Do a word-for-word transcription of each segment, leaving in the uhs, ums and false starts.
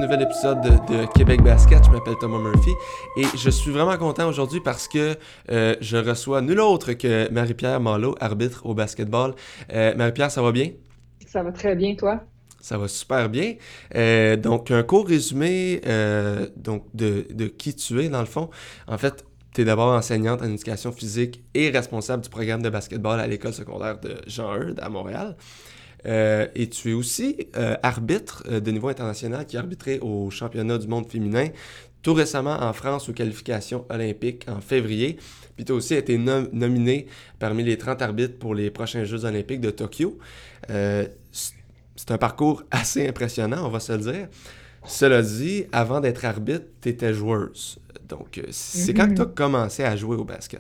nouvel épisode de, de Québec Basket. Je m'appelle Thomas Murphy et je suis vraiment content aujourd'hui parce que euh, je reçois nul autre que Marie-Pierre Malo, arbitre au basketball. Euh, Marie-Pierre, ça va bien? Ça va très bien, toi? Ça va super bien. Euh, donc, un court résumé euh, donc de, de qui tu es, dans le fond. En fait, tu es d'abord enseignante en éducation physique et responsable du programme de basketball à l'école secondaire de Jean Eudes à Montréal. Euh, et tu es aussi euh, arbitre euh, de niveau international qui a arbitré au championnat du monde féminin tout récemment en France aux qualifications olympiques en février. Puis tu as aussi été nom- nominé parmi les trente arbitres pour les prochains Jeux olympiques de Tokyo. Euh, c'est un parcours assez impressionnant, on va se le dire. Cela dit, avant d'être arbitre, tu étais joueuse. Donc, c'est quand que tu as Mhm. commencé à jouer au basket?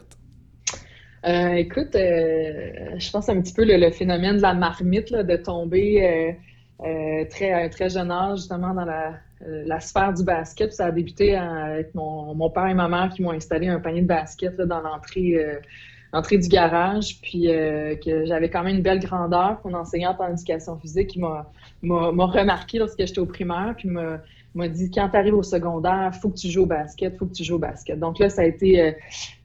Euh, écoute, euh, je pense un petit peu le, le phénomène de la marmite, là, de tomber euh, euh, très, à un très jeune âge, justement, dans la, euh, la sphère du basket. Ça a débuté euh, avec mon, mon père et ma mère qui m'ont installé un panier de basket là, dans l'entrée euh, l'entrée du garage, puis euh, que j'avais quand même une belle grandeur. Mon enseignante en éducation physique qui m'a, m'a, m'a remarqué lorsque j'étais au primaire, puis m'a, m'a dit, quand tu arrives au secondaire, faut que tu joues au basket, faut que tu joues au basket. Donc là, ça a été euh,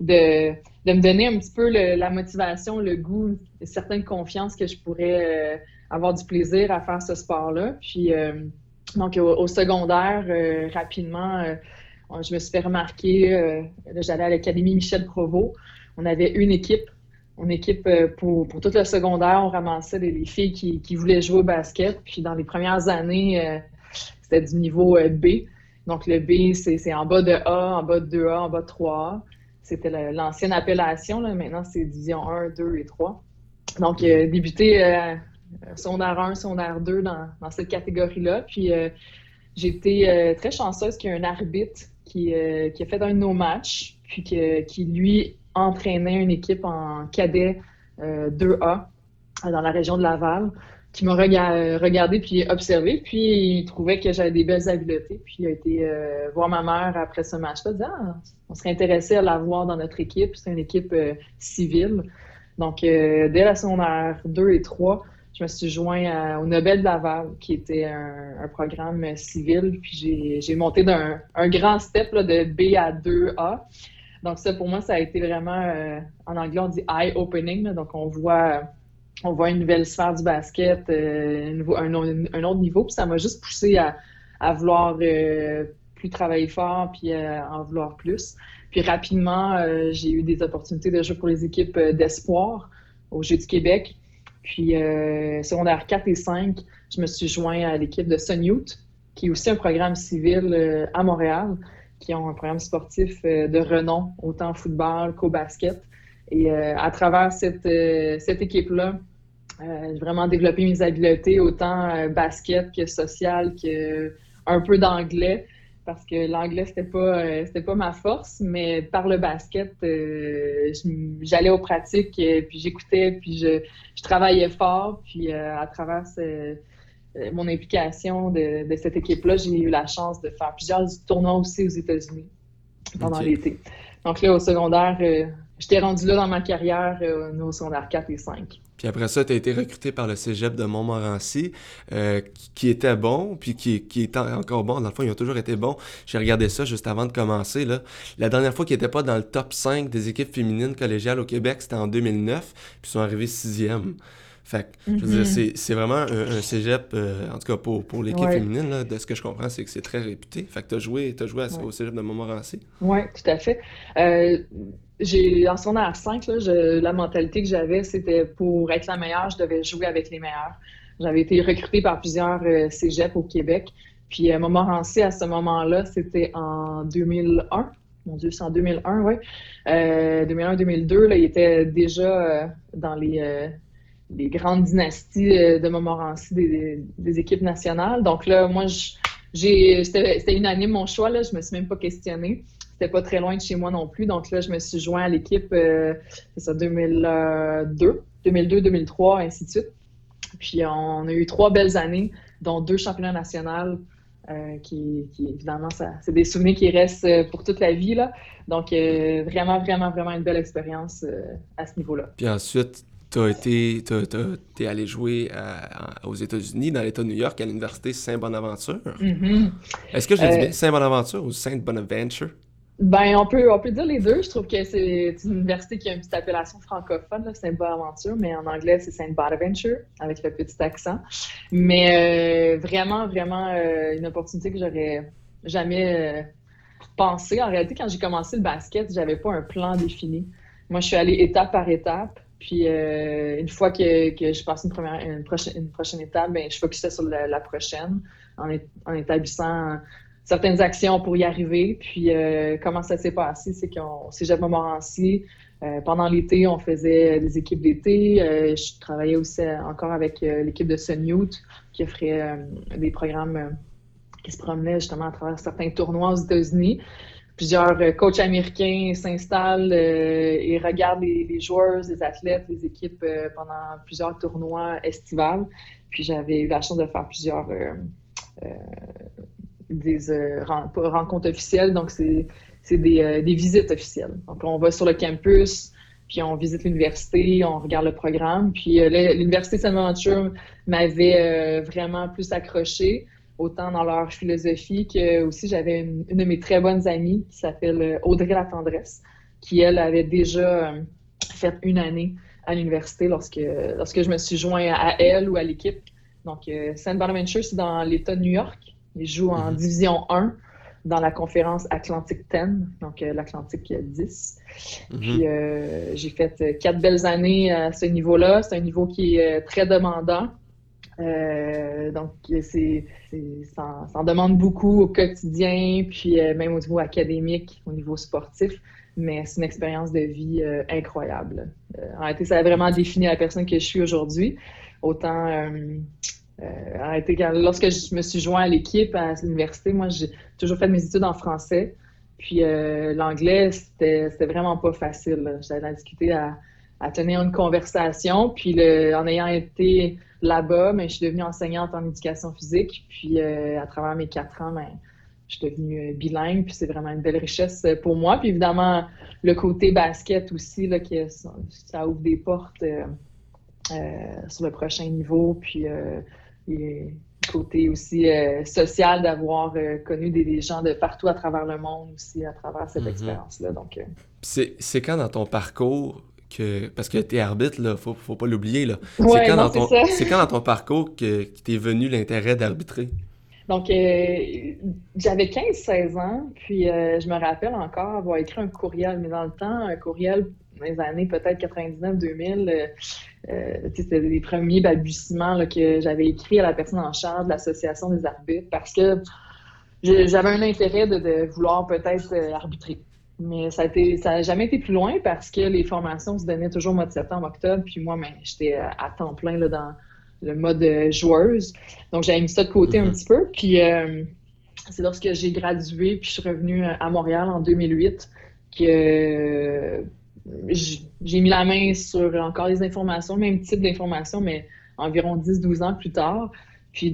de de me donner un petit peu le, la motivation, le goût, une certaine confiance que je pourrais euh, avoir du plaisir à faire ce sport-là. Puis, euh, donc, au, au secondaire, euh, rapidement, euh, je me suis fait remarquer. Euh, là, j'allais à l'Académie Michel Provost. On avait une équipe. Une équipe euh, pour, pour tout le secondaire. On ramassait les, les filles qui, qui voulaient jouer au basket. Puis, dans les premières années, euh, c'était du niveau euh, B. Donc, le B, c'est, c'est en bas de A, en bas de deux A, en bas de trois A. C'était le, l'ancienne appellation. Là. Maintenant, c'est division un, deux et trois. Donc, Mhm. euh, débuté euh, secondaire un, secondaire deux dans, dans cette catégorie-là. Puis, euh, j'ai été euh, très chanceuse qu'il y ait un arbitre qui, euh, qui a fait un de nos matchs, puis que, qui, lui, entraînait une équipe en cadet euh, deux A dans la région de Laval, qui m'a rega- regardé puis observé, puis il trouvait que j'avais des belles habiletés, puis il a été euh, voir ma mère après ce match-là, dire ah, on serait intéressé à la voir dans notre équipe, c'est une équipe euh, civile. Donc, euh, dès la secondaire deux et trois, je me suis joint à- au Nobel de Laval, qui était un, un programme civil, puis j'ai, j'ai monté d'un un grand step là, de B à deux A. Donc, ça, pour moi, ça a été vraiment, euh, en anglais, on dit eye-opening, là. Donc, on voit on voit une nouvelle sphère du basket, euh, un, un, autre niveau, puis ça m'a juste poussé à, à vouloir euh, plus travailler fort, puis euh, en vouloir plus. Puis rapidement, euh, j'ai eu des opportunités de jouer pour les équipes euh, d'espoir au Jeux du Québec. Puis euh, secondaire quatre et cinq, je me suis joint à l'équipe de Sun Youth, qui est aussi un programme civil euh, à Montréal, qui ont un programme sportif euh, de renom, autant au football qu'au basket. Et euh, à travers cette, euh, cette équipe-là, euh, j'ai vraiment développé mes habiletés, autant euh, basket que social, que un peu d'anglais, parce que l'anglais, c'était pas, euh, c'était pas ma force, mais par le basket, euh, je- j'allais aux pratiques, euh, puis j'écoutais, puis je, je travaillais fort, puis euh, à travers ce- euh, mon implication de, de cette équipe-là, j'ai eu la chance de faire plusieurs tournois aussi aux États-Unis pendant OK. l'été. Donc là, au secondaire, euh, j'étais rendue là dans ma carrière euh, au secondaire quatre et cinq. Puis après ça, tu as été recruté par le cégep de Montmorency, euh, qui, qui était bon, puis qui, qui est en- encore bon. Dans le fond, ils ont toujours été bons. J'ai regardé ça juste avant de commencer, là. La dernière fois qu'ils n'étaient pas dans le top cinq des équipes féminines collégiales au Québec, c'était en deux mille neuf, puis ils sont arrivés sixième. Fait que, je veux dire, Mhm. c'est, c'est vraiment un, un cégep, euh, en tout cas pour, pour l'équipe Ouais, féminine, là, de ce que je comprends, c'est que c'est très réputé. Fait que tu as joué, t'as joué à- ouais, au cégep de Montmorency. ouais, tout à fait. Euh, j'ai, en secondaire cinq, là, je- la mentalité que j'avais, c'était pour être la meilleure, je devais jouer avec les meilleurs. J'avais été recrutée par plusieurs euh, cégeps au Québec. Puis euh, Montmorency, à ce moment-là, c'était en deux mille un. Mon Dieu, c'est en deux mille un, oui. Euh, deux mille un-deux mille deux, là, il était déjà euh, dans les, euh, les grandes dynasties euh, de Montmorency des, des équipes nationales. Donc là, moi, je- j'ai, c'était, c'était unanime mon choix, là. Je me suis même pas questionnée. C'était pas très loin de chez moi non plus. Donc là, je me suis joint à l'équipe, euh, c'est ça, deux mille deux, deux mille deux, deux mille trois, ainsi de suite. Puis on a eu trois belles années, dont deux championnats nationaux, euh, qui, qui, évidemment, ça, c'est des souvenirs qui restent euh, pour toute la vie, là. Donc, euh, vraiment, vraiment, vraiment une belle expérience euh, à ce niveau-là. Puis ensuite, t'as été, t'as, t'as- t'es allé jouer à- aux États-Unis, dans l'État de New York, à l'Université Saint-Bonaventure. Mhm. Est-ce que je le dis bien Euh, Saint-Bonaventure ou Saint-Bonaventure? Ben, on peut, on peut dire les deux. Je trouve que c'est une université qui a une petite appellation francophone, là, Saint-Bonaventure, mais en anglais, c'est Saint-Bonaventure, avec le petit accent. Mais euh, vraiment, vraiment euh, une opportunité que j'aurais jamais euh, pensé. En réalité, quand j'ai commencé le basket, j'avais pas un plan défini. Moi, je suis allée étape par étape. Puis euh, une fois que, que j'ai passé une première, une prochaine, une prochaine étape, ben, je focusais sur la, la prochaine en, é- en établissant certaines actions pour y arriver. Puis euh, comment ça s'est passé, c'est qu'on Cégep Montmorency, euh, pendant l'été, on faisait des équipes d'été. Euh, je travaillais aussi encore avec euh, l'équipe de Sun Youth qui offrait euh, des programmes euh, qui se promenaient justement à travers certains tournois aux États-Unis. Plusieurs euh, coachs américains s'installent euh, et regardent les, les joueurs, les athlètes, les équipes euh, pendant plusieurs tournois estivales. Puis j'avais eu la chance de faire plusieurs euh, euh, des euh, ren- pas rencontres officielles, donc c'est c'est des, euh, des visites officielles. Donc on va sur le campus, puis on visite l'université, on regarde le programme. Puis euh, là, l'université Saint-Bonaventure m'avait euh, vraiment plus accroché, autant dans leur philosophie que aussi j'avais une, une de mes très bonnes amies qui s'appelle euh, Audrey Latendresse, qui elle avait déjà euh, fait une année à l'université lorsque lorsque je me suis joint à elle ou à l'équipe. Donc euh, Saint Bonaventure, c'est dans l'État de New York. Ils jouent en Mhm. Division un dans la conférence Atlantic dix, donc euh, l'Atlantique dix. Puis Mhm. euh, j'ai fait euh, quatre belles années à ce niveau-là. C'est un niveau qui est euh, très demandant. Euh, donc, c'est, c'est, ça, en, ça en demande beaucoup au quotidien, puis euh, même au niveau académique, au niveau sportif. Mais c'est une expérience de vie euh, incroyable. Euh, en réalité, ça a vraiment défini la personne que je suis aujourd'hui. Autant, euh, euh, en réalité, quand- lorsque je me suis joint à l'équipe à l'université, moi, j'ai toujours fait mes études en français. Puis euh, l'anglais, c'était, c'était vraiment pas facile, là. J'avais la difficulté à, à tenir une conversation. Puis le, en ayant été là-bas, mais je suis devenue enseignante en éducation physique. Puis euh, à travers mes quatre ans, ben, je suis devenue euh, bilingue. Puis c'est vraiment une belle richesse euh, pour moi. Puis évidemment, le côté basket aussi, là, qui, ça, ça ouvre des portes euh, euh, sur le prochain niveau. Puis euh, et le côté aussi euh, social d'avoir euh, connu des, des gens de partout à travers le monde aussi à travers cette Mhm. expérience-là. Donc, euh, C'est, c'est quand dans ton parcours que... Parce que t'es arbitre, là, faut, faut pas l'oublier, là. C'est ouais, quand non, dans c'est ton, ça. c'est quand dans ton parcours que, que t'es venu l'intérêt d'arbitrer? Donc, euh, j'avais quinze seize ans, puis euh, je me rappelle encore avoir écrit un courriel, mais dans le temps, un courriel dans les années peut-être quatre-vingt-dix-neuf deux mille, euh, euh, tu sais, c'était les premiers balbutiements là, que j'avais écrit à la personne en charge de l'association des arbitres parce que je- j'avais un intérêt de, de vouloir peut-être euh, arbitrer. Mais ça a été, ça a jamais été plus loin parce que les formations se donnaient toujours au mois de septembre, octobre, puis moi, ben, j'étais à, à temps plein là, dans le mode euh, joueuse. Donc, j'avais mis ça de côté un Mhm. petit peu. Puis, euh, c'est lorsque j'ai gradué, puis je suis revenue à Montréal en deux mille huit que euh, j- j'ai mis la main sur encore des informations, le même type d'informations, mais environ dix douze ans plus tard, puis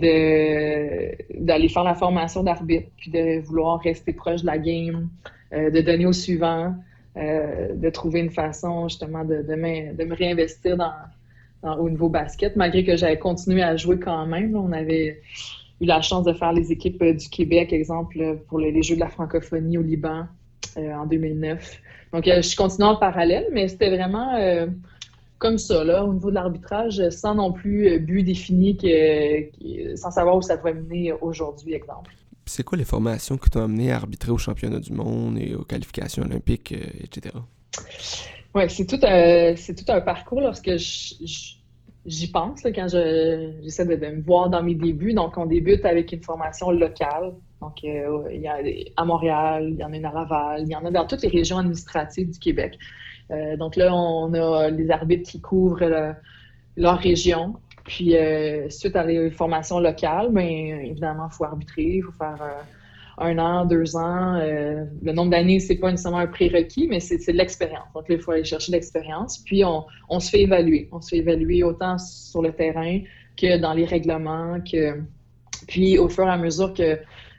de d'aller faire la formation d'arbitre, puis de vouloir rester proche de la game, euh, de donner au suivant, euh, de trouver une façon justement de, de, me, de me réinvestir dans, dans- au niveau basket, malgré que j'avais continué à jouer quand même. On avait eu la chance de faire les équipes euh, du Québec, exemple, euh, pour les, les Jeux de la francophonie au Liban euh, en deux mille neuf. Donc, euh, je continue en parallèle, mais c'était vraiment euh, comme ça, là, au niveau de l'arbitrage, sans non plus euh, but défini, que, que- sans savoir où ça pourrait mener aujourd'hui, exemple. Puis c'est quoi les formations qui t'ont amené à arbitrer aux championnats du monde et aux qualifications olympiques, euh, et cetera? Ouais, c'est tout un, c'est tout un parcours lorsque je- je- j'y pense, là, quand je, j'essaie de, de me voir dans mes débuts. Donc, on débute avec une formation locale. Donc, euh, il y a des- à Montréal, il y en a une à Laval, il y en a dans toutes les régions administratives du Québec. Euh, donc là, on a les arbitres qui couvrent le- leur région. Puis, euh, suite à les formations locales, bien, évidemment, il faut arbitrer, il faut faire euh, un an, deux ans. Euh, le nombre d'années, c'est pas nécessairement un prérequis, mais c'est, c'est de l'expérience. Donc là, il faut aller chercher de l'expérience. Puis, on, on se fait évaluer. On se fait évaluer autant sur le terrain que dans les règlements, que puis, au fur et à mesure que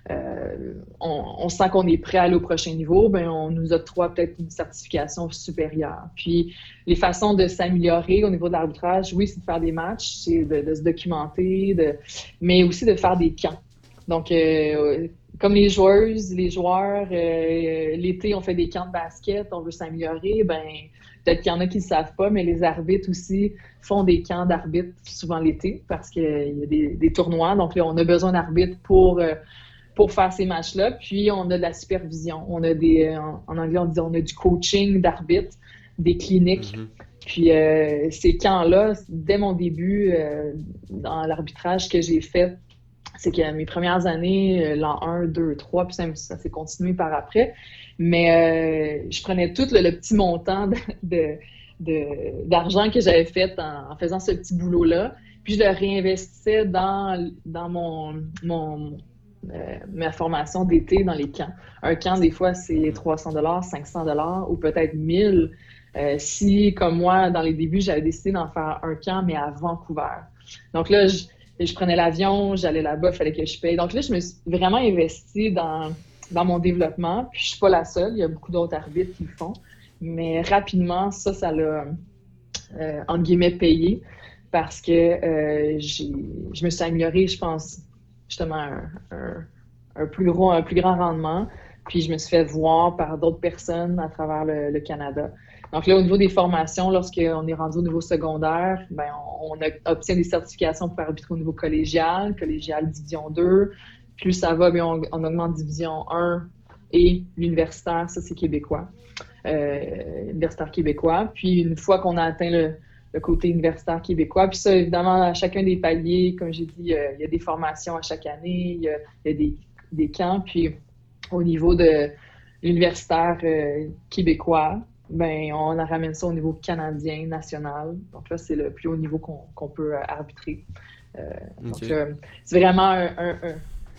euh, on, on sent qu'on est prêt à aller au prochain niveau, ben on nous octroie peut-être une certification supérieure. Puis les façons de s'améliorer au niveau de l'arbitrage, oui, c'est de faire des matchs, c'est de, de se documenter, de, mais aussi de faire des camps. Donc, euh, comme les joueuses, les joueurs, euh, l'été, on fait des camps de basket, on veut s'améliorer, ben peut-être qu'il y en a qui ne le savent pas, mais les arbitres aussi font des camps d'arbitres souvent l'été parce qu'il y a des, des tournois. Donc là, on a besoin d'arbitres pour, euh, pour faire ces matchs-là. Puis, on a de la supervision. On a des, en, en anglais, on dit on a du coaching d'arbitres, des cliniques. Mm-hmm. Puis, euh, ces camps-là, dès mon début euh, dans l'arbitrage que j'ai fait, c'est que mes premières années, l'an un, deux, trois, puis ça, ça s'est continué par après. Mais euh, je prenais tout le, le petit montant de, de, de, d'argent que j'avais fait en, en faisant ce petit boulot-là, puis je le réinvestissais dans, dans mon, mon, euh, ma formation d'été dans les camps. Un camp, des fois, c'est trois cents dollars, cinq cents dollars ou peut-être mille. Euh, si, comme moi, dans les débuts, j'avais décidé d'en faire un camp, mais à Vancouver. Donc là, je, je prenais l'avion, j'allais là-bas, il fallait que je paye. Donc là, je me suis vraiment investie dans, dans mon développement. Puis je suis pas la seule, il y a beaucoup d'autres arbitres qui le font. Mais rapidement, ça, ça l'a, euh, entre guillemets, payé parce que euh, j'ai, je me suis améliorée, je pense, justement, un, un, un, plus gros, un plus grand rendement. Puis je me suis fait voir par d'autres personnes à travers le, le Canada. Donc là, au niveau des formations, lorsqu'on est rendu au niveau secondaire, ben on, on a, obtient des certifications pour arbitrer au niveau collégial, collégial division deux. Plus ça va, bien on, on augmente division un et l'universitaire, ça c'est québécois, euh, universitaire québécois. Puis une fois qu'on a atteint le, le côté universitaire québécois, puis ça, évidemment, à chacun des paliers, comme j'ai dit, euh, il y a des formations à chaque année, il y a, il y a des, des camps. Puis au niveau de l'universitaire euh, québécois, ben on ramène ça au niveau canadien, national. Donc là, c'est le plus haut niveau qu'on, qu'on peut euh, arbitrer. Euh, okay. Donc, euh, c'est vraiment un, un, un,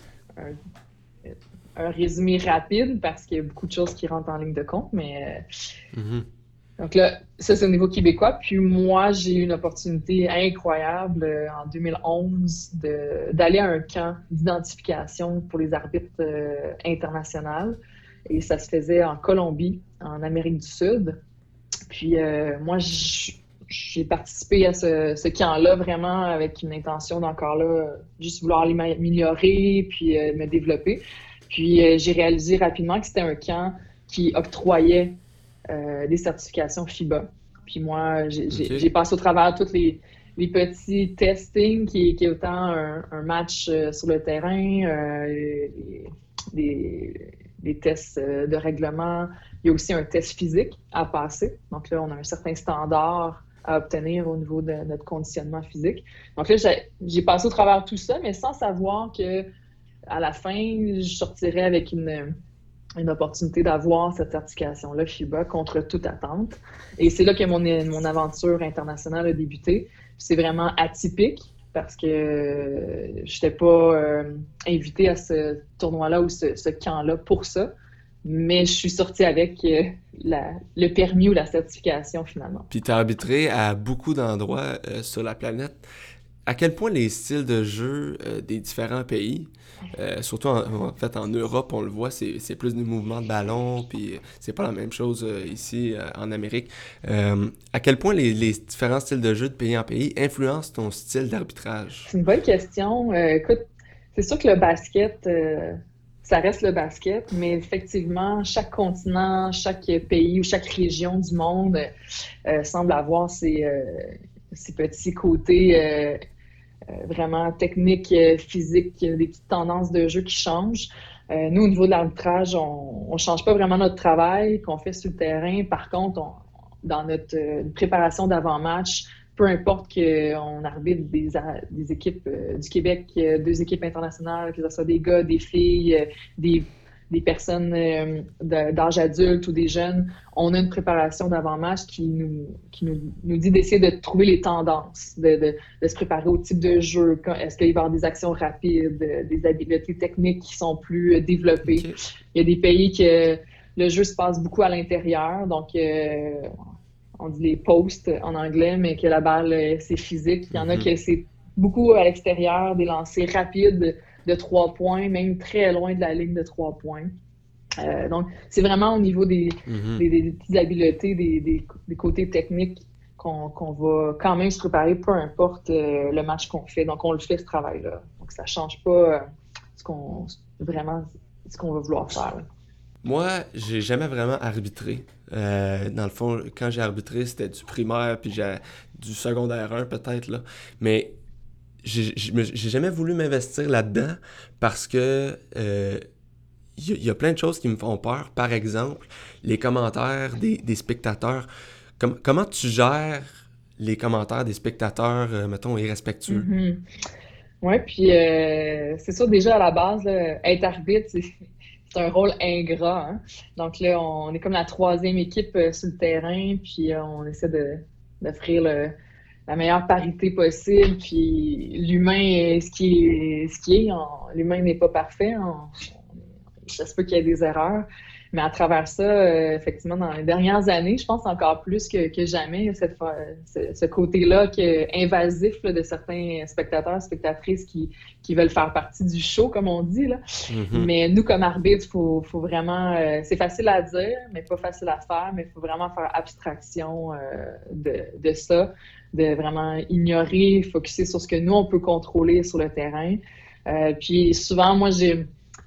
un, un résumé rapide parce qu'il y a beaucoup de choses qui rentrent en ligne de compte, mais... Euh, mm-hmm. Donc là, ça, c'est au niveau québécois. Puis moi, j'ai eu une opportunité incroyable euh, en deux mille onze de, d'aller à un camp d'identification pour les arbitres euh, internationaux. Et ça se faisait en Colombie, en Amérique du Sud. Puis euh, moi, j'ai participé à ce, ce camp-là vraiment avec une intention d'encore là, juste vouloir aller m'améliorer puis euh, me développer. Puis euh, j'ai réalisé rapidement que c'était un camp qui octroyait euh, des certifications FIBA. Puis moi, j'ai okay. j'ai passé au travers tous les, les petits testings qui, qui est autant un, un match euh, sur le terrain, euh, des... des tests de règlement. Il y a aussi un test physique à passer. Donc là, on a un certain standard à obtenir au niveau de notre conditionnement physique. Donc là, j'ai, j'ai passé au travers de tout ça, mais sans savoir que à la fin, je sortirais avec une, une opportunité d'avoir cette certification-là FIBA contre toute attente. Et c'est là que mon, mon aventure internationale a débuté. C'est vraiment atypique, parce que euh, je n'étais pas euh, invitée à ce tournoi-là ou ce, ce camp-là pour ça, mais je suis sortie avec euh, la, le permis ou la certification finalement. Puis tu as arbitré à beaucoup d'endroits euh, sur la planète. À quel point les styles de jeu euh, des différents pays, euh, surtout en, en fait en Europe, on le voit, c'est, c'est plus du mouvement de ballon, puis c'est pas la même chose euh, ici euh, en Amérique. Euh, à quel point les, les différents styles de jeu de pays en pays influencent ton style d'arbitrage? C'est une bonne question. Euh, écoute, c'est sûr que le basket, euh, ça reste le basket, mais effectivement, chaque continent, chaque pays ou chaque région du monde euh, semble avoir ses, euh, ses petits côtés euh, Euh, vraiment technique, euh, physique, des petites tendances de jeu qui changent. Euh, nous, au niveau de l'arbitrage, on ne change pas vraiment notre travail qu'on fait sur le terrain. Par contre, on, dans notre euh, préparation d'avant-match, peu importe qu'on arbitre des, des équipes euh, du Québec, euh, deux équipes internationales, que ce soit des gars, des filles, euh, des des personnes euh, d'âge adulte ou des jeunes, on a une préparation d'avant-match qui nous, qui nous, nous dit d'essayer de trouver les tendances, de, de, de se préparer au type de jeu. Est-ce qu'il va y avoir des actions rapides, des habiletés techniques qui sont plus développées? Okay. Il y a des pays que le jeu se passe beaucoup à l'intérieur, donc euh, on dit les posts en anglais, mais que la balle, c'est physique. Il y en a mm-hmm. que c'est beaucoup à l'extérieur, des lancers rapides de trois points, même très loin de la ligne de trois points. Euh, donc, c'est vraiment au niveau des, Mm-hmm. des, des petites habiletés, des, des, des côtés techniques qu'on qu'on va quand même se préparer, peu importe euh, le match qu'on fait. Donc, on le fait, ce travail-là. Donc, ça change pas euh, ce qu'on vraiment ce qu'on va vouloir faire. Là. Moi, j'ai jamais vraiment arbitré. Euh, dans le fond, quand j'ai arbitré, c'était du primaire puis j'ai, du secondaire un peut-être, là. Mais j'ai, j'ai j'ai jamais voulu m'investir là-dedans parce que euh, il y, y a plein de choses qui me font peur. Par exemple, les commentaires des, des spectateurs. Com- comment tu gères les commentaires des spectateurs, euh, mettons, irrespectueux? Mm-hmm. Oui, puis euh, c'est sûr, déjà à la base, là, être arbitre, c'est c'est un rôle ingrat. Hein? Donc là, on est comme la troisième équipe euh, sur le terrain, puis euh, on essaie de d'offrir le, la meilleure parité possible. Puis l'humain est ce qui est ce qui est. On- l'humain n'est pas parfait. On, on- ça se peut qu'il y ait des erreurs. Mais à travers ça, euh, effectivement, dans les dernières années, je pense encore plus que, que jamais, cette, fois- ce, ce côté-là que, invasif là, de certains spectateurs, spectatrices qui, qui veulent faire partie du show, comme on dit. Là. Mhm. Mais nous, comme arbitre, il faut, faut vraiment... euh, c'est facile à dire, mais pas facile à faire, mais il faut vraiment faire abstraction euh, de, de ça, de vraiment ignorer, focuser sur ce que nous, on peut contrôler sur le terrain. Euh, puis souvent, moi, j'ai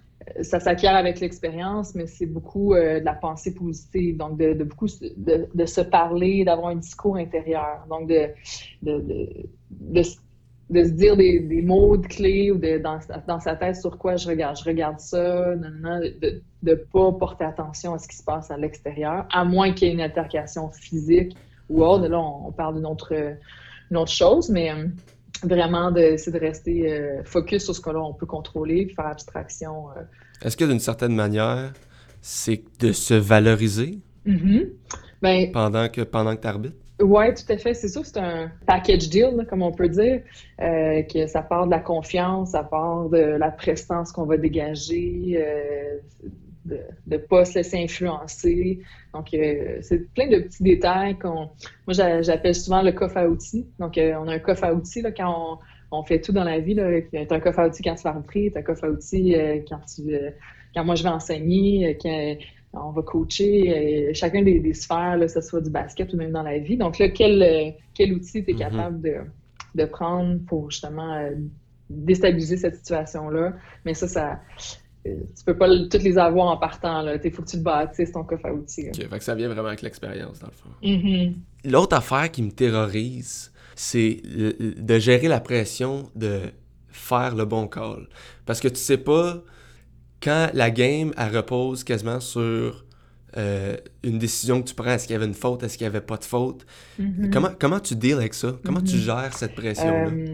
ça s'acquiert avec l'expérience, mais c'est beaucoup euh, de la pensée positive, donc de, de beaucoup de, de se parler, d'avoir un discours intérieur, donc de, de, de, de, de se dire des, des mots de clés ou de, dans, dans sa tête sur quoi je regarde. Je regarde ça, non, non, de ne pas porter attention à ce qui se passe à l'extérieur, à moins qu'il y ait une altercation physique ou autre. Là, on, on parle d'une autre, une autre chose, mais... Euh, vraiment d'essayer de rester euh, focus sur ce que là on peut contrôler, puis faire abstraction. Euh. Est-ce que d'une certaine manière, c'est de se valoriser Mm-hmm. Ben, pendant que, pendant que tu arbitres? ouais, tout à fait. C'est sûr que c'est un package deal, là, comme on peut dire, euh, que ça part de la confiance, ça part de la prestance qu'on va dégager, euh, de ne pas se laisser influencer. Donc, euh, c'est plein de petits détails qu'on... Moi, j'a- j'appelle souvent le coffre à outils. Donc, euh, on a un coffre à outils là, quand on, on fait tout dans la vie. Tu as un coffre à outils quand tu vas arbitrer, tu as un coffre à outils euh, quand tu... euh, quand moi, je vais enseigner, euh, quand on va coacher euh, chacun des, des sphères, là, que ce soit du basket ou même dans la vie. Donc là, quel, euh, quel outil tu es Mhm. capable de, de prendre pour justement euh, déstabiliser cette situation-là? Mais ça, ça euh, tu peux pas l- toutes les avoir en partant. Il faut que tu le bâtisses, ton coffre à outils. Là. Ok, fait que ça vient vraiment avec l'expérience, dans le fond. Mhm. L'autre affaire qui me terrorise, c'est le- le- de gérer la pression de faire le bon call. Parce que tu sais pas quand la game, elle repose quasiment sur euh, une décision que tu prends. Est-ce qu'il y avait une faute? Est-ce qu'il n'y avait pas de faute? Comment, Mhm. comment tu deals avec ça? Comment tu Mhm. gères cette pression-là? Euh,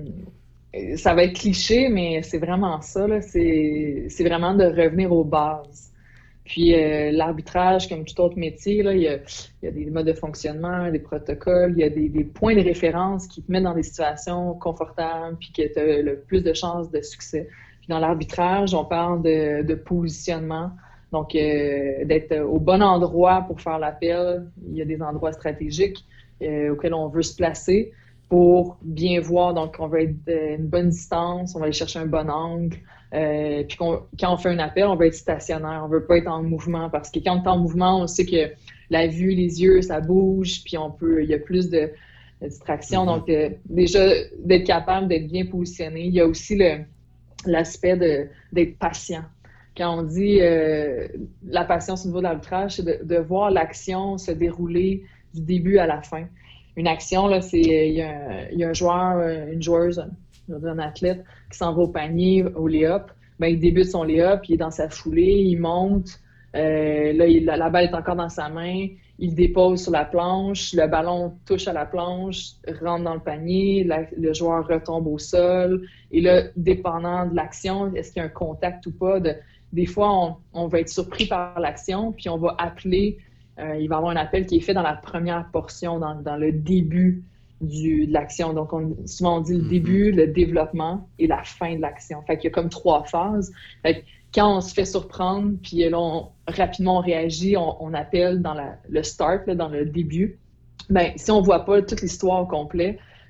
Ça va être cliché, mais c'est vraiment ça, là. C'est, c'est vraiment de revenir aux bases. Puis euh, l'arbitrage, comme tout autre métier, là, il y a, il y a des modes de fonctionnement, des protocoles, il y a des, des points de référence qui te mettent dans des situations confortables, puis que tu as le plus de chances de succès. Puis dans l'arbitrage, on parle de, de positionnement, donc euh, d'être au bon endroit pour faire l'appel. Il y a des endroits stratégiques euh, auxquels on veut se placer pour bien voir. Donc, on veut être à une bonne distance, on va aller chercher un bon angle. Euh, puis qu'on, quand on fait un appel, on veut être stationnaire, on veut pas être en mouvement parce que quand on est en mouvement, on sait que la vue, les yeux, ça bouge, puis on peut, il y a plus de, de distraction. Mhm. Donc, euh, déjà, d'être capable d'être bien positionné. Il y a aussi le, l'aspect de, d'être patient. Quand on dit euh, la patience au niveau de l'arbitrage, c'est de, de voir l'action se dérouler du début à la fin. Une action, là, c'est il y a un, il y a un joueur, une joueuse, un athlète qui s'en va au panier, au lay-up. Ben, il débute son lay-up, il est dans sa foulée, il monte. Euh, là, il, la, la balle est encore dans sa main. Il dépose sur la planche. Le ballon touche à la planche, rentre dans le panier. La, le joueur retombe au sol. Et là, dépendant de l'action, est-ce qu'il y a un contact ou pas? De, des fois, on, on va être surpris par l'action, puis on va appeler. Euh, il va y avoir un appel qui est fait dans la première portion, dans, dans le début du, de l'action. Donc, on, souvent, on dit le Mhm. début, le développement et la fin de l'action. Fait qu'il y a comme trois phases. Fait que quand on se fait surprendre, puis là, on, rapidement, on réagit, on, on appelle dans la, le start, là, dans le début. Ben, si on voit pas toute l'histoire au complet,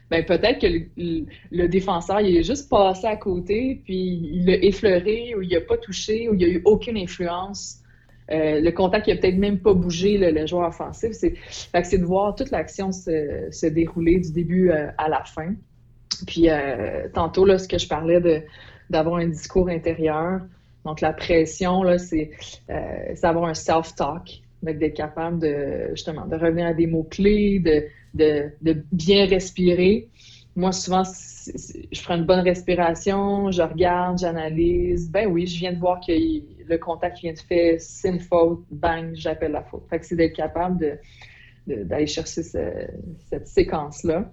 ben peut-être que le, le- le défenseur, il est juste passé à côté, puis il l'a effleuré, ou il a pas touché, ou il n'y a eu aucune influence. Euh, le contact, il a peut-être même pas bougé, le, le joueur offensif. C'est, fait que c'est de voir toute l'action se, se dérouler du début euh, à la fin. Puis euh, tantôt, là, ce que je parlais de d'avoir un discours intérieur. Donc la pression, là, c'est, euh, c'est avoir un self-talk, donc d'être capable de justement de revenir à des mots-clés, de, de, de bien respirer. Moi, souvent, c'est- c'est- je prends une bonne respiration, je regarde, j'analyse. Ben oui, je viens de voir que il- le contact vient de faire, c'est une faute, bang, j'appelle la faute. Fait que c'est d'être capable de, de- d'aller chercher ce- cette séquence-là.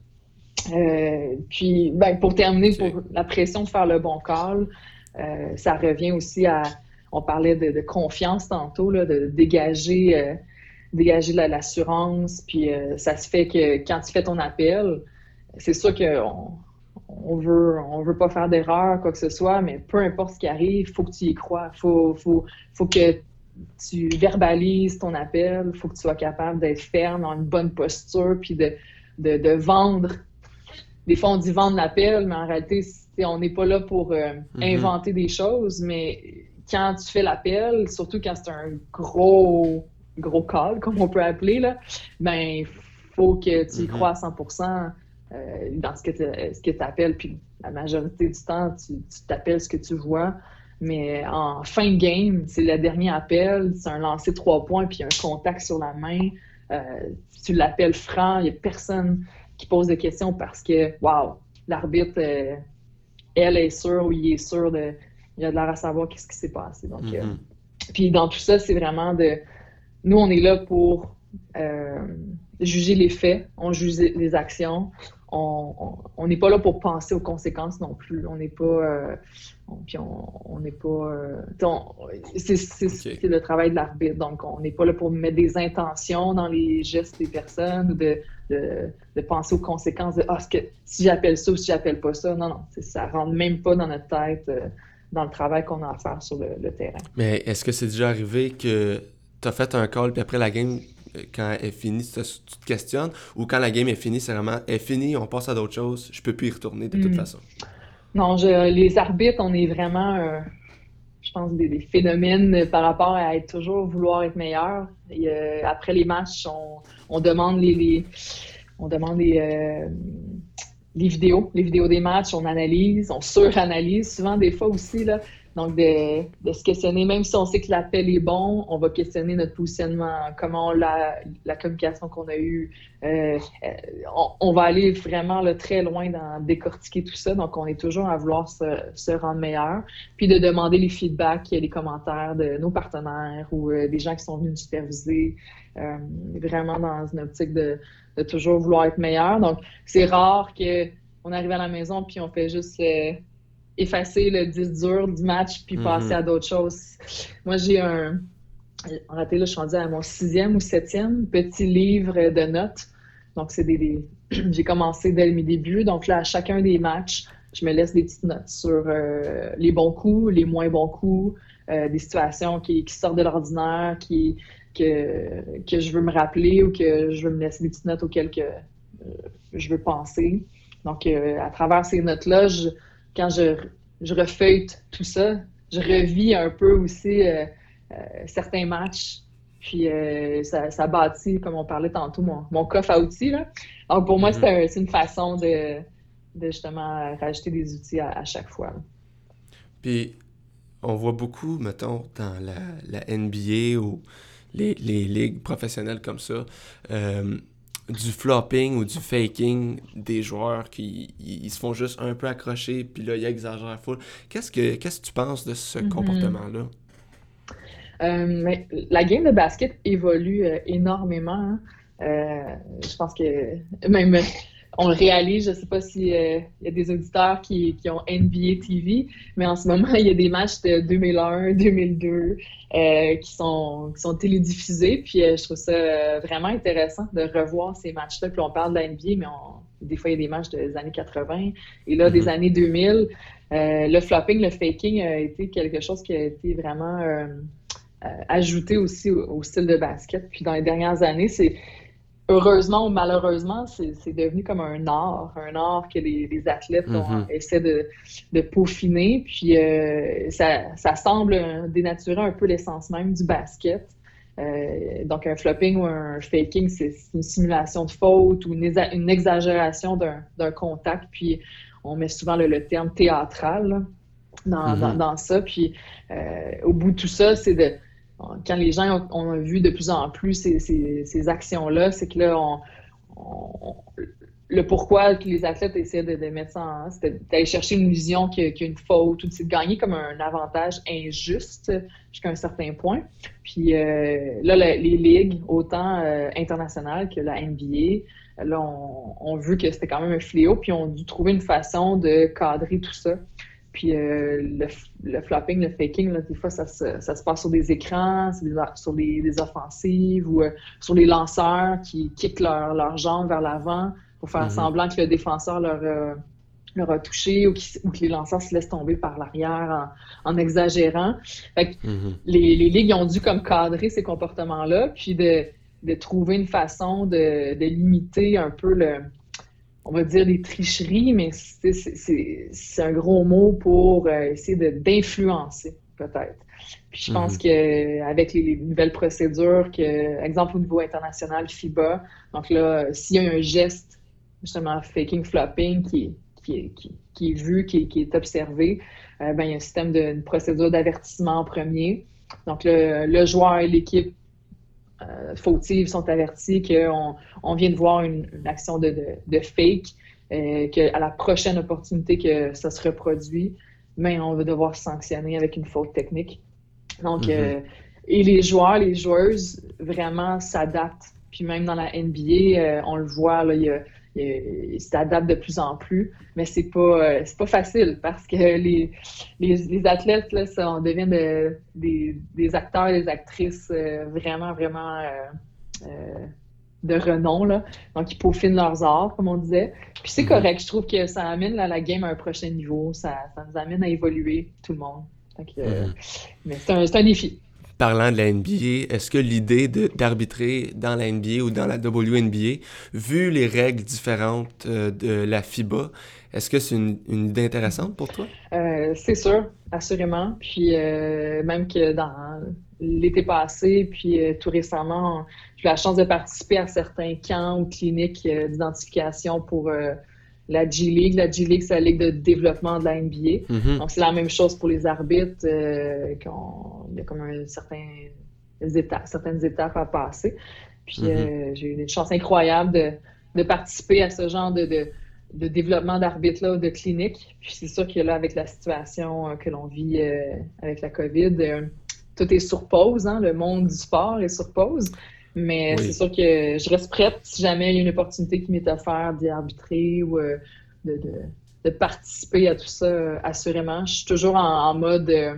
Euh, puis, ben, pour terminer, OK. pour la pression de faire le bon call, euh, ça revient aussi à, on parlait de, de confiance tantôt, là, de dégager, euh, dégager la- l'assurance, puis euh, ça se fait que quand tu fais ton appel, c'est sûr qu'on on veut, on veut pas faire d'erreur, quoi que ce soit, mais peu importe ce qui arrive, faut que tu y crois, faut, faut, faut que tu verbalises ton appel, faut que tu sois capable d'être ferme, dans une bonne posture, puis de, de, de vendre des fois, on dit vendre l'appel, mais en réalité, c'est- on n'est pas là pour euh, Mhm. inventer des choses. Mais quand tu fais l'appel, surtout quand c'est un gros, gros call, comme on peut appeler, là, ben, il faut que tu y crois Mhm. à cent pour cent euh, dans ce que tu appelles. Puis la majorité du temps, tu tu t'appelles ce que tu vois. Mais en fin de game, c'est le dernier appel, c'est un lancer trois points, puis un contact sur la main. Euh, tu l'appelles franc, il n'y a personne qui pose des questions parce que, waouh, l'arbitre, euh, elle est sûre ou il est sûr de. Il a de l'air à savoir qu'est-ce qui s'est passé. Donc, euh, Mhm. puis dans tout ça, c'est vraiment de. Nous, on est là pour euh, juger les faits, on juge les actions. On on n'est pas là pour penser aux conséquences non plus. On n'est pas. Euh, on, puis on on n'est pas. Euh, on- c'est c'est- OK. c'est le travail de l'arbitre. Donc, on n'est pas là pour mettre des intentions dans les gestes des personnes ou de, de, de penser aux conséquences de ah, ce que, si j'appelle ça ou si j'appelle pas ça. Non, non. Ça rentre même pas dans notre tête, euh, dans le travail qu'on a à faire sur le, le terrain. Mais est-ce que c'est déjà arrivé que tu as fait un call, puis après la game, euh, quand elle est finie, tu te, tu te questionnes, ou quand la game est finie, c'est vraiment, elle est finie, on passe à d'autres choses, je peux plus y retourner de toute Mm. façon. Non, je, les arbitres, on est vraiment, euh, je pense, des, des phénomènes par rapport à être toujours vouloir être meilleur. Et, euh, après les matchs, on, on demande les, les- on demande les, euh, les vidéos, les vidéos des matchs, on analyse, on suranalyse souvent des fois aussi là. Donc de, de se questionner, même si on sait que l'appel est bon, on va questionner notre positionnement, comment on l'a, la communication qu'on a eue. Euh, euh, on, on va aller vraiment là, très loin dans décortiquer tout ça. Donc on est toujours à vouloir se, se rendre meilleur, puis de demander les feedbacks, les commentaires de nos partenaires ou euh, des gens qui sont venus nous superviser, euh, vraiment dans une optique de, de toujours vouloir être meilleur. Donc c'est rare qu'on arrive à la maison puis on fait juste euh, effacer le disque dur du match puis passer Mhm. à d'autres choses. Moi, j'ai un... En réalité, là, je suis rendue à mon sixième ou septième petit livre de notes. Donc, c'est des... des... J'ai commencé dès mes débuts. Donc là, à chacun des matchs, je me laisse des petites notes sur euh, les bons coups, les moins bons coups, euh, des situations qui, qui sortent de l'ordinaire, qui, que, que je veux me rappeler ou que je veux me laisser des petites notes auxquelles que, euh, je veux penser. Donc, euh, à travers ces notes-là, je, quand je, je refeuille tout ça, je revis un peu aussi euh, euh, certains matchs. Puis euh, ça, ça bâtit, comme on parlait tantôt, mon, mon coffre à outils. Là. Donc, pour moi, c'est Mhm. un, c'est une façon de, de justement rajouter des outils à, à chaque fois. Là. Puis, on voit beaucoup, mettons, dans la, la N B A ou les, les ligues professionnelles comme ça, euh, du flopping ou du faking des joueurs qui ils, ils se font juste un peu accrocher, puis là, ils exagèrent full. Qu'est-ce que, qu'est-ce que tu penses de ce Mm-hmm. comportement-là? Euh, mais la game de basket évolue euh, énormément. Hein. Euh, je pense que même on le réalise, je ne sais pas s'il euh, y a des auditeurs qui, qui ont N B A T V, mais en ce moment, il y a des matchs de deux mille un, deux mille deux euh, qui sont, qui sont télédiffusés. Puis euh, je trouve ça euh, vraiment intéressant de revoir ces matchs-là. Puis on parle de la N B A, mais on, des fois, il y a des matchs des années quatre-vingts et là, des Mhm. années deux mille. Euh, le flopping, le faking a été quelque chose qui a été vraiment euh, euh, ajouté aussi au, au style de basket. Puis dans les dernières années, c'est heureusement ou malheureusement, c'est, c'est devenu comme un art, un art que les, les athlètes ont, Mhm. essaient de, de peaufiner. Puis euh, ça, ça semble dénaturer un peu l'essence même du basket. Euh, donc un flopping ou un faking, c'est, c'est une simulation de faute ou une, exa- une exagération d'un, d'un contact. Puis on met souvent le, le terme théâtral là, dans, dans, Mhm. dans ça. Puis euh, au bout de tout ça, c'est de quand les gens ont, ont vu de plus en plus ces, ces, ces actions-là, c'est que là, on, on- le pourquoi que les athlètes essaient de, de mettre ça en, c'était d'aller chercher une illusion qu'il y a, qu'il y a une faute ou de gagner comme un avantage injuste jusqu'à un certain point. Puis euh, là, la- les ligues, autant euh, internationales que la N B A, là, on, on vu que c'était quand même un fléau, puis on a dû trouver une façon de cadrer tout ça. Puis euh, le, le flopping, le faking, là, des fois, ça se, ça se passe sur des écrans, c'est des, sur des, des offensives ou euh, sur les lanceurs qui kickent leurs leur jambes vers l'avant pour faire Mhm. semblant que le défenseur leur, euh, leur a touché ou, qui, ou que les lanceurs se laissent tomber par l'arrière en, en exagérant. Fait que Mhm. les, les ligues ont dû comme cadrer ces comportements-là, puis de, de trouver une façon de, de limiter un peu le on va dire des tricheries, mais c'est, c'est, c'est un gros mot pour euh, essayer de, d'influencer, peut-être. Puis je pense Mhm. qu'avec les, les nouvelles procédures, que, exemple au niveau international, FIBA, donc là, s'il y a un geste, justement, faking, flopping, qui, qui, est, qui, qui est vu, qui, qui est observé, euh, ben, il y a un système de une procédure d'avertissement en premier. Donc le, le joueur et l'équipe euh, fautives sont avertis qu'on on vient de voir une, une action de, de, de fake, euh, qu'à la prochaine opportunité que ça se reproduit, mais on va devoir sanctionner avec une faute technique. Donc, Mhm. euh, et les joueurs, les joueuses vraiment s'adaptent. Puis même dans la N B A, euh, on le voit, là, il y a, il y a, ils s'adaptent de plus en plus, mais c'est pas, euh, c'est pas facile parce que les, les, les athlètes, là, ça, on devient de, des, des acteurs et des actrices euh, vraiment, vraiment euh, euh, de renom, là. Donc, ils peaufinent leurs arts, comme on disait. Puis c'est Mhm. correct, je trouve que ça amène la, la game à un prochain niveau, ça, ça nous amène à évoluer, tout le monde. Fait que, euh, Mhm. mais c'est un, c'est un défi. Parlant de la N B A, est-ce que l'idée de, d'arbitrer dans la N B A ou dans la W N B A, vu les règles différentes euh, de la FIBA, est-ce que c'est une, une idée intéressante pour toi? Euh, c'est sûr, assurément. Puis euh, même que dans l'été passé, puis euh, tout récemment, j'ai eu la chance de participer à certains camps ou cliniques euh, d'identification pour euh, la G League. La G League, c'est la Ligue de développement de la N B A. Mhm. Donc, c'est la même chose pour les arbitres. Euh, qu'on- il y a comme un certain étapes, certaines étapes à passer. Puis Mhm. euh, j'ai eu une chance incroyable de, de participer à ce genre de, de, de développement d'arbitres-là, de clinique. Puis c'est sûr que là, avec la situation euh, que l'on vit euh, avec la COVID, euh, tout est sur pause, hein, le monde du sport est sur pause. Mais c'est Oui. sûr que je reste prête si jamais il y a une opportunité qui m'est offerte d'y arbitrer ou euh, de, de, de, participer à tout ça, euh, assurément. Je suis toujours en, en mode euh,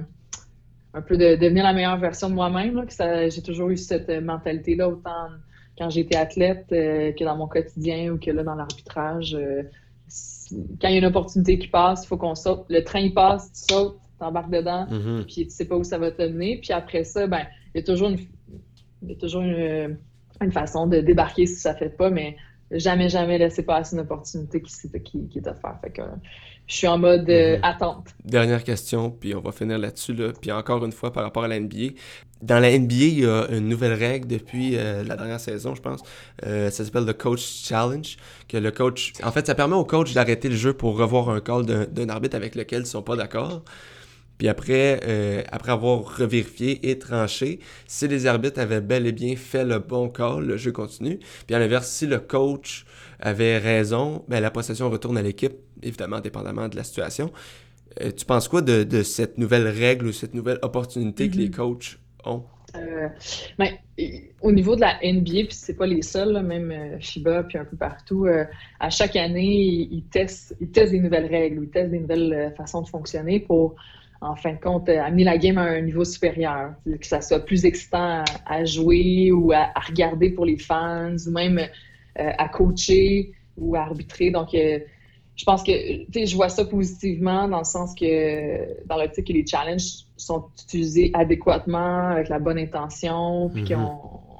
un peu de devenir la meilleure version de moi-même. Là, que ça, j'ai toujours eu cette mentalité-là, autant quand j'étais athlète euh, que dans mon quotidien ou que là dans l'arbitrage. Euh, quand il y a une opportunité qui passe, il faut qu'on saute. Le train il passe, tu sautes, tu embarques dedans, Mhm. puis tu sais pas où ça va te mener. Puis après ça, ben il y a toujours une, il y a toujours une, une façon de débarquer si ça ne fait pas, mais jamais, jamais laisser passer une opportunité qui, qui, qui est offerte. Fait que je suis en mode euh, Mhm. attente. Dernière question, puis on va finir là-dessus. Là. Puis encore une fois, par rapport à la N B A. Dans la N B A, il y a une nouvelle règle depuis euh, la dernière saison, je pense. Euh, ça s'appelle le Coach Challenge. Que le coach... En fait, ça permet au coach d'arrêter le jeu pour revoir un call d'un, d'un arbitre avec lequel ils ne sont pas d'accord. Puis après, euh, après avoir revérifié et tranché, si les arbitres avaient bel et bien fait le bon call, le jeu continue. Puis à l'inverse, si le coach avait raison, ben la possession retourne à l'équipe, évidemment, dépendamment de la situation. Euh, tu penses quoi de, de cette nouvelle règle ou cette nouvelle opportunité que les Mm-hmm. coachs ont? Euh, ben, au niveau de la N B A, puis c'est pas les seuls, là, même euh, FIBA, puis un peu partout, euh, à chaque année, ils, ils, testent, ils testent des nouvelles règles, ils testent des nouvelles euh, façons de fonctionner pour, en fin de compte, euh, amener la game à un niveau supérieur, que ça soit plus excitant à, à jouer ou à, à regarder pour les fans, ou même euh, à coacher ou à arbitrer. Donc, euh, je pense que, tu sais, je vois ça positivement dans le sens que, dans l'optique que les challenges sont utilisés adéquatement, avec la bonne intention, puis Mhm. qu'on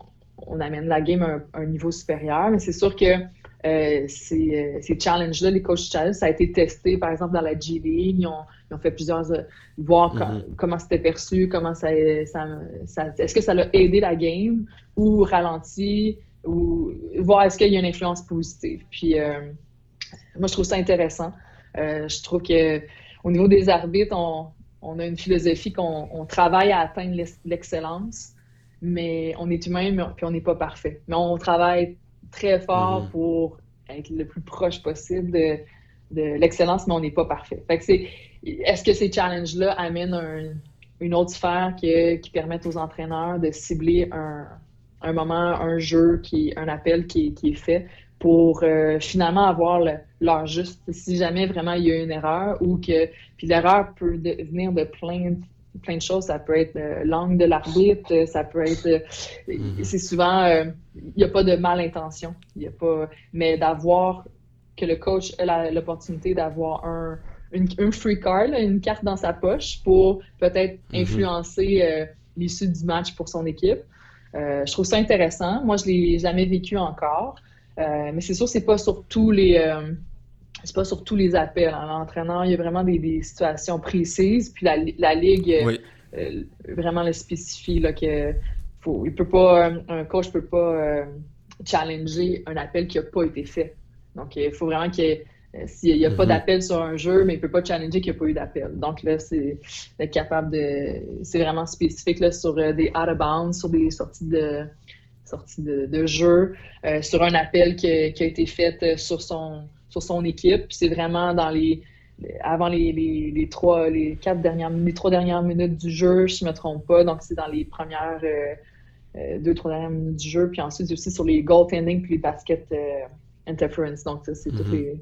on amène la game à un, un niveau supérieur. Mais c'est sûr que euh, ces, ces challenges-là, les coach challenges, ça a été testé, par exemple, dans la G League. Ils ont, ils ont fait plusieurs... Euh, voir mm-hmm. com- comment c'était perçu, comment ça, ça, ça... Est-ce que ça a aidé la game ou ralenti, ou voir est-ce qu'il y a une influence positive. Puis euh, moi, je trouve ça intéressant. Euh, je trouve qu'au niveau des arbitres, on, on a une philosophie qu'on on travaille à atteindre l'excellence, mais on est humain, mais, puis on n'est pas parfait. Mais on travaille très fort mm-hmm. pour être le plus proche possible de, de l'excellence, mais on n'est pas parfait. Fait que c'est, est-ce que ces challenges-là amènent un, une autre sphère qui, qui permettent aux entraîneurs de cibler un, un moment, un jeu, qui, un appel qui, qui est fait pour euh, finalement avoir le, leur juste, si jamais vraiment il y a une erreur ou que, puis l'erreur peut de, venir de plein de plein de choses, ça peut être euh, l'angle de l'arbitre, ça peut être, euh, mm-hmm. c'est souvent, il euh, n'y a pas de malintention, il y a pas, mais d'avoir, que le coach ait la, l'opportunité d'avoir un, une, un free card, là, une carte dans sa poche pour peut-être mm-hmm. influencer euh, l'issue du match pour son équipe. Euh, je trouve ça intéressant. Moi, je ne l'ai jamais vécu encore, euh, mais c'est sûr, c'est pas sur tous les... Euh, c'est pas sur tous les appels. Hein. L'entraîneur, il y a vraiment des, des situations précises, puis la, la Ligue oui. euh, vraiment le spécifie, là, que faut, il peut pas, un coach ne peut pas euh, challenger un appel qui n'a pas été fait. Donc, il faut vraiment qu'il y ait, s'il n'y a mm-hmm. pas d'appel sur un jeu, mais il ne peut pas challenger qu'il n'y a pas eu d'appel. Donc là, c'est d'être capable de... C'est vraiment spécifique là, sur euh, des out of bounds, sur des sorties de, sorties de, de jeu, euh, sur un appel qui, qui a été fait euh, sur son... sur son équipe. C'est vraiment dans les avant les, les, les trois les quatre dernières les trois dernières minutes du jeu, je ne me trompe pas. Donc c'est dans les premières euh, euh, deux, trois dernières minutes du jeu. Puis ensuite aussi sur les goaltending puis les baskets euh, interference. Donc ça, c'est mm-hmm. toutes les,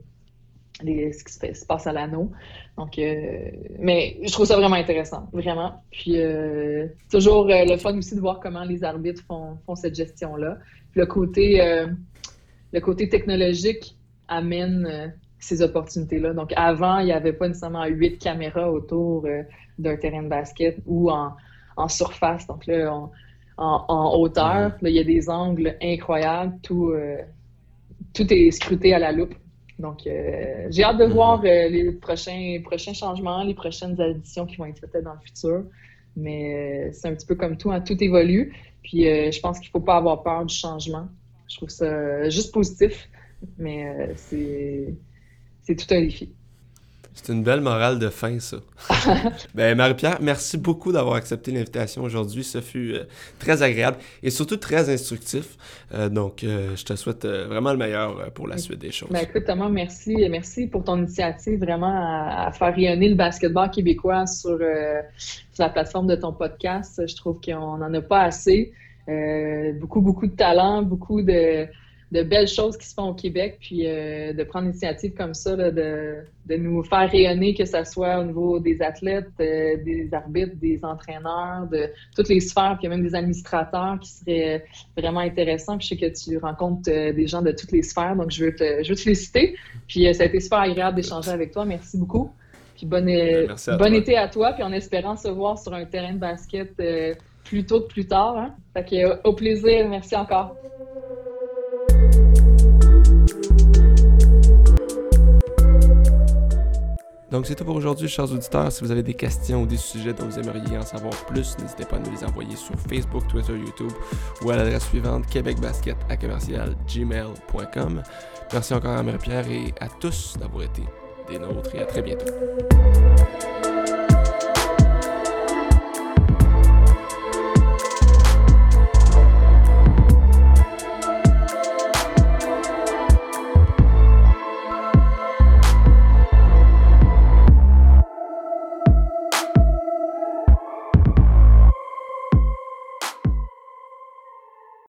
les ce qui se, fait, se passe à l'anneau. Donc euh, mais je trouve ça vraiment intéressant, vraiment. Puis euh, toujours euh, le fun aussi de voir comment les arbitres font, font cette gestion-là. Puis le côté euh, le côté technologique amène euh, ces opportunités-là. Donc, avant, il n'y avait pas nécessairement huit caméras autour euh, d'un terrain de basket ou en, en surface. Donc là, on, en, en hauteur, mm-hmm. là, il y a des angles incroyables. Tout, euh, tout est scruté à la loupe. Donc, euh, j'ai hâte de mm-hmm. voir euh, les prochains, prochains changements, les prochaines additions qui vont être faites dans le futur. Mais euh, c'est un petit peu comme tout, hein, tout évolue. Puis, euh, je pense qu'il ne faut pas avoir peur du changement. Je trouve ça juste positif. Mais euh, c'est, c'est tout un défi. C'est une belle morale de fin, ça. Ben, Marie-Pierre, merci beaucoup d'avoir accepté l'invitation aujourd'hui. Ça fut euh, très agréable et surtout très instructif. Euh, donc, euh, je te souhaite euh, vraiment le meilleur pour la suite des choses. Ben, écoute, Thomas, merci. Merci pour ton initiative vraiment à, à faire rayonner le basketball québécois sur, euh, sur la plateforme de ton podcast. Je trouve qu'on n'en a pas assez. Euh, beaucoup, beaucoup de talent, beaucoup de... de belles choses qui se font au Québec, puis euh, de prendre l'initiative comme ça, là, de, de nous faire rayonner, que ce soit au niveau des athlètes, euh, des arbitres, des entraîneurs, de toutes les sphères, puis il y a même des administrateurs qui seraient vraiment intéressants. Puis je sais que tu rencontres euh, des gens de toutes les sphères, donc je veux te, je veux te féliciter. Puis euh, ça a été super agréable d'échanger avec toi. Merci beaucoup. Puis bonne, euh, bon été à toi, puis en espérant se voir sur un terrain de basket euh, plus tôt que plus tard. Hein? Fait que, euh, au plaisir. Merci encore. Donc, c'est tout pour aujourd'hui, chers auditeurs. Si vous avez des questions ou des sujets dont vous aimeriez en savoir plus, n'hésitez pas à nous les envoyer sur Facebook, Twitter, YouTube ou à l'adresse suivante québecbasket à commercial gmail point com. Merci encore à Marie-Pierre et à tous d'avoir été des nôtres et à très bientôt.